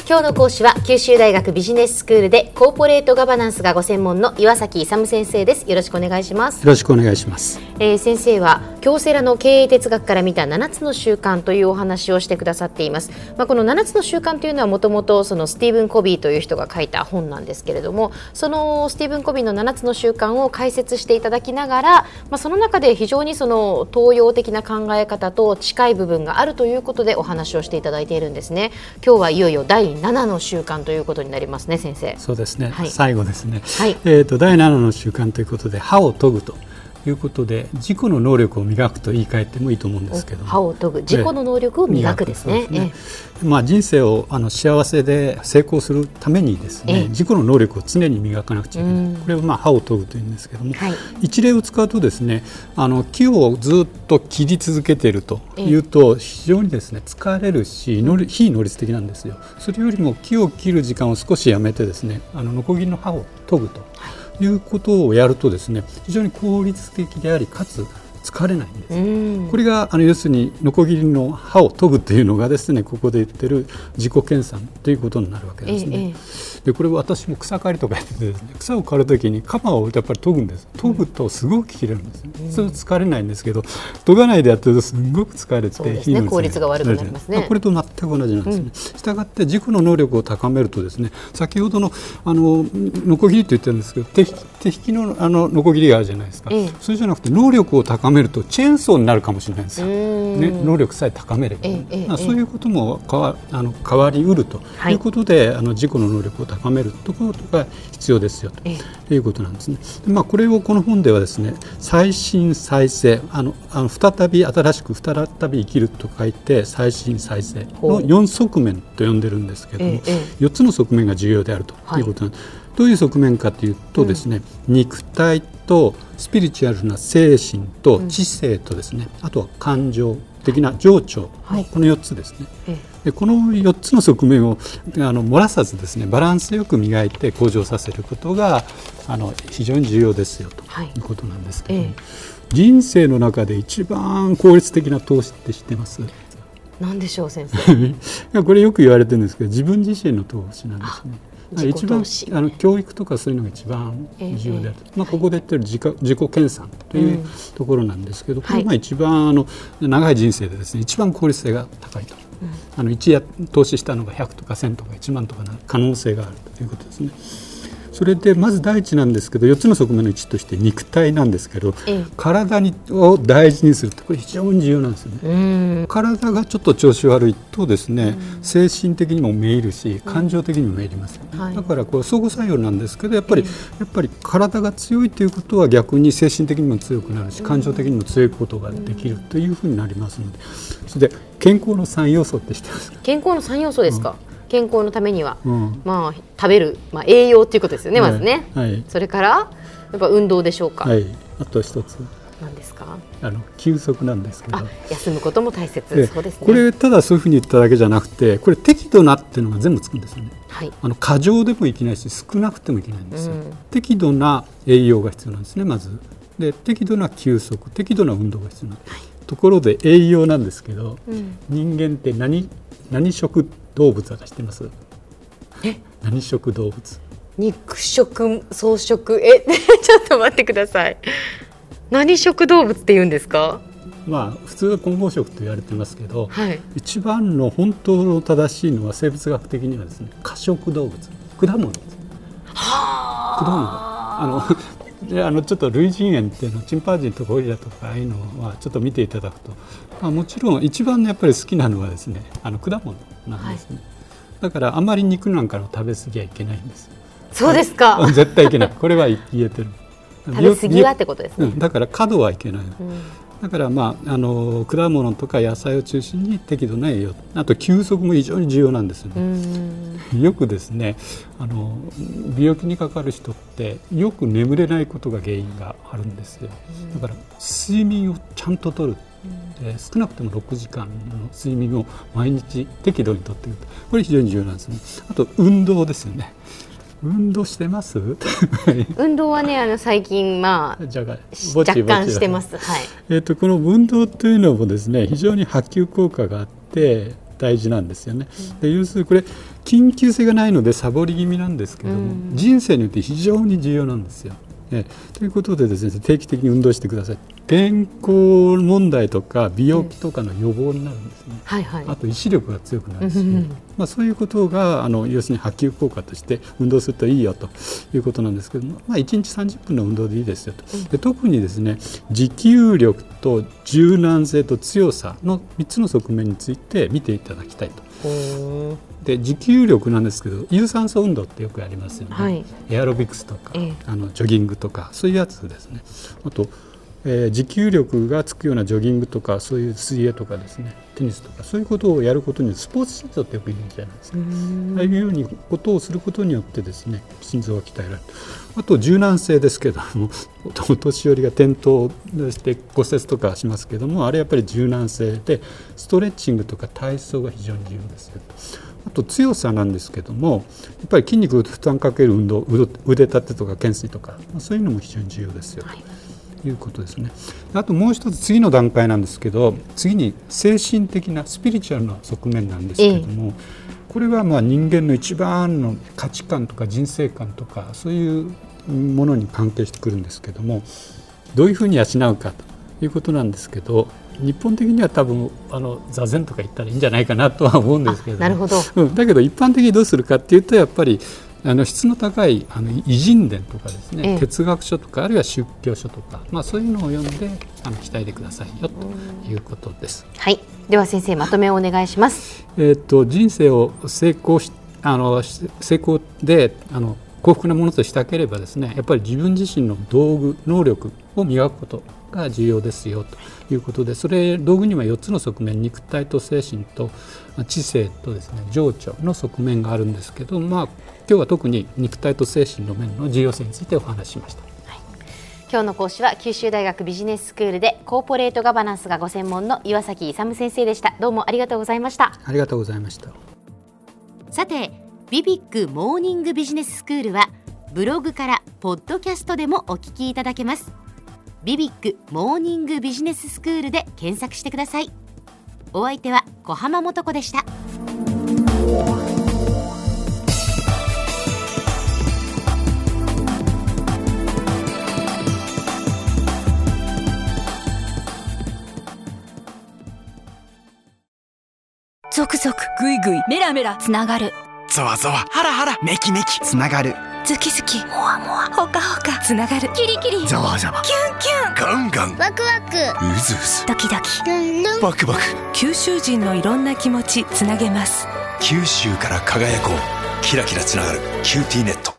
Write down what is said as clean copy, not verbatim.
今日の講師は九州大学ビジネススクールでコーポレートガバナンスがご専門の岩崎勇先生です。よろしくお願いします。 よろしくお願いします。 先生は京セラの経営哲学から見た7つの習慣というお話をしてくださっています。この7つの習慣というのはもともとそのスティーブン・コビーという人が書いた本なんですけれども、そのスティーブン・コビーの7つの習慣を解説していただきながら、その中で非常にその東洋的な考え方と近い部分があるということでお話をしていただいているんですね。今日はいよいよ第7の習慣ということになりますね、先生。 そうですね、 はい、 最後ですね、 はい。 第7の習慣ということで歯を研ぐということで、自己の能力を磨くと言い換えてもいいと思うんですけども、 歯を研ぐ、自己の能力を磨くですね。 人生を幸せで成功するためにですね、自己の能力を常に磨かなくちゃいけない。これを歯を研ぐというんですけども、はい、一例を使うとですね、木をずっと切り続けているというと非常にですね疲れるし非能率的なんですよ。それよりも木を切る時間を少しやめてですね、ノコギリの刃を研ぐということをやるとですね、非常に効率的でありかつ疲れないんです。これが要するにノコギリの刃を研ぐというのがですね、ここで言ってる自己研鑽ということになるわけですね。でこれ私も草刈りとかやっててですね、草を刈るときに鎌をやっぱり研ぐんです。研ぐとすごく切れるんですね。それ疲れないんですけど、研がないでやってるとすごく疲れて、 そうですね、効率が悪くなりますね。 これと全く同じなんですね。したがって自己の能力を高めるとですね、先ほどのノコギリと言ってるんですけど、手引きのノコギリがあるじゃないですか。それじゃなくて能力を高めるとチェーンソーになるかもしれないんですよ、能力さえ高めれば、そういうことも変わりうるということで、自己の能力を高めるところが必要ですよということなんですね。これをこの本ではですね、再審再生、再び新しく再び生きると書いて再審再生の4側面と呼んでるんですけども、4つの側面が重要であるということなんです。どういう側面かというとですね、肉体とスピリチュアルな精神と知性とですね、あとは感情的な情緒、この4つですね。でこの4つの側面を漏らさずですね、バランスよく磨いて向上させることが非常に重要ですよということなんですけども、人生の中で一番効率的な投資って知ってます？ 何でしょう、先生。 これよく言われてるんですけど、自分自身の投資なんですね。一番教育とかそういうのが一番重要である、ここで言ってる自己研鑽というところなんですけど、これが一番長い人生でですね、一番効率性が高いと、一夜投資したのが100とか1000とか1万とかなる可能性があるということですね。それでまず第一なんですけど、4つの側面の1として肉体なんですけど、体を大事にするってこれ非常に重要なんですよね。体がちょっと調子悪いとですね、精神的にもめいるし感情的にもめいりますよね。だからこれ相互作用なんですけど、やっぱり体が強いということは逆に精神的にも強くなるし感情的にも強いことができるというふうになりますので、それで健康の3要素って知ってますか？健康の3要素ですか？健康のためには、 食べる、栄養ということですよね、まずね。それからやっぱ運動でしょうか？ あと一つ何ですか？ 休息なんですけど、 休むことも大切。そうですね。 これただそういうふうに言っただけじゃなくて、これ適度なっていうのが全部つくんですよね。過剰でもいけないし少なくてもいけないんですよ。適度な栄養が必要なんですね、まず。で適度な休息、適度な運動が必要なんです。ところで栄養なんですけど、人間って何食動物だか知ってます？何食動物？ 肉食、草食、ちょっと待ってください。何食動物って言うんですか？ 普通は混合食と言われてますけど、一番の本当の正しいのは生物学的にはですね、可食動物、果物です。果物。ちょっと類人猿っていうのチンパンジーとかゴリラとかああいうのはちょっと見ていただくと、もちろん一番やっぱり好きなのはですね、果物なんですね。だからあまり肉なんかの食べ過ぎはいけないんです。 そうですか？ 絶対いけない。これは言えてる。 食べ過ぎはってことですね。 だから過度はいけない。だから果物とか野菜を中心に適度な栄養、あと休息も非常に重要なんですよね。よくですね、病気にかかる人ってよく眠れないことが原因があるんですよ。だから睡眠をちゃんととる、少なくとも6時間の睡眠を毎日適度にとっている、これ非常に重要なんですね。あと運動ですよね。運動してます？ 運動はね、最近若干してます。 この運動というのもですね、非常に波及効果があって、 大事なんですよね。で要するにこれ緊急性がないのでサボり気味なんですけども、人生によって非常に重要なんですよ。ということでですね、定期的に運動してください。健康問題とか病気とかの予防になるんですね、あと意志力が強くなるし、そういうことが要するに波及効果として運動するといいよということなんですけども、1日30分の運動でいいですよと。で特にですね、持久力と柔軟性と強さの3つの側面について見ていただきたいと。で持久力なんですけど、有酸素運動ってよくありますよね、エアロビクスとか、ジョギングとかそういうやつですね。あと持久力がつくようなジョギングとか、そういう水泳とかですね、テニスとかそういうことをやることによってスポーツ心臓ってよく言うんじゃないですか。ああいうようにことをすることによってですね、心臓が鍛えられる。あと柔軟性ですけども、お年寄りが転倒して骨折とかしますけども、あれやっぱり柔軟性でストレッチングとか体操が非常に重要ですよ。あと強さなんですけども、やっぱり筋肉を負担かける運動、腕立てとか懸垂とか、そういうのも非常に重要ですよ、ということですね。あともう一つ次の段階なんですけど、次に精神的なスピリチュアルな側面なんですけども、これは人間の一番の価値観とか人生観とかそういうものに関係してくるんですけども、どういうふうに養うかということなんですけど、日本的には多分座禅とか言ったらいいんじゃないかなとは思うんですけど、 なるほど、 だけど一般的にどうするかっていうと、やっぱり質の高い偉人伝とかですね、哲学書とかあるいは宗教書とか、そういうのを読んで鍛えてくださいよということです。 はい、では先生まとめをお願いします。 人生を成功で幸福なものとしたければですね、やっぱり自分自身の道具能力を磨くことが重要ですよということで、それ道具には4つの側面、肉体と精神と知性とですね、情緒の側面があるんですけど、今日は特に肉体と精神の面の重要性についてお話ししました。 今日の講師は九州大学ビジネススクールでコーポレートガバナンスがご専門の岩崎勇先生でした。どうもありがとうございました。 ありがとうございました。 さて、ビビックモーニングビジネススクールはブログからポッドキャストでもお聞きいただけます。ビビックモーニングビジネススクールで検索してください。お相手は小浜もとこでした。 ゾクゾクグイグイメラメラつながる、 ゾワゾワハラハラメキメキつながる、 ズキズキモワモワホカホカつながる、キリキリザワザワキュンキュンガンガンワクワクウズウズドキドキルンルンバクバク、 九州人のいろんな気持ちつなげます。 九州から輝こう、キラキラつながるキューティーネット。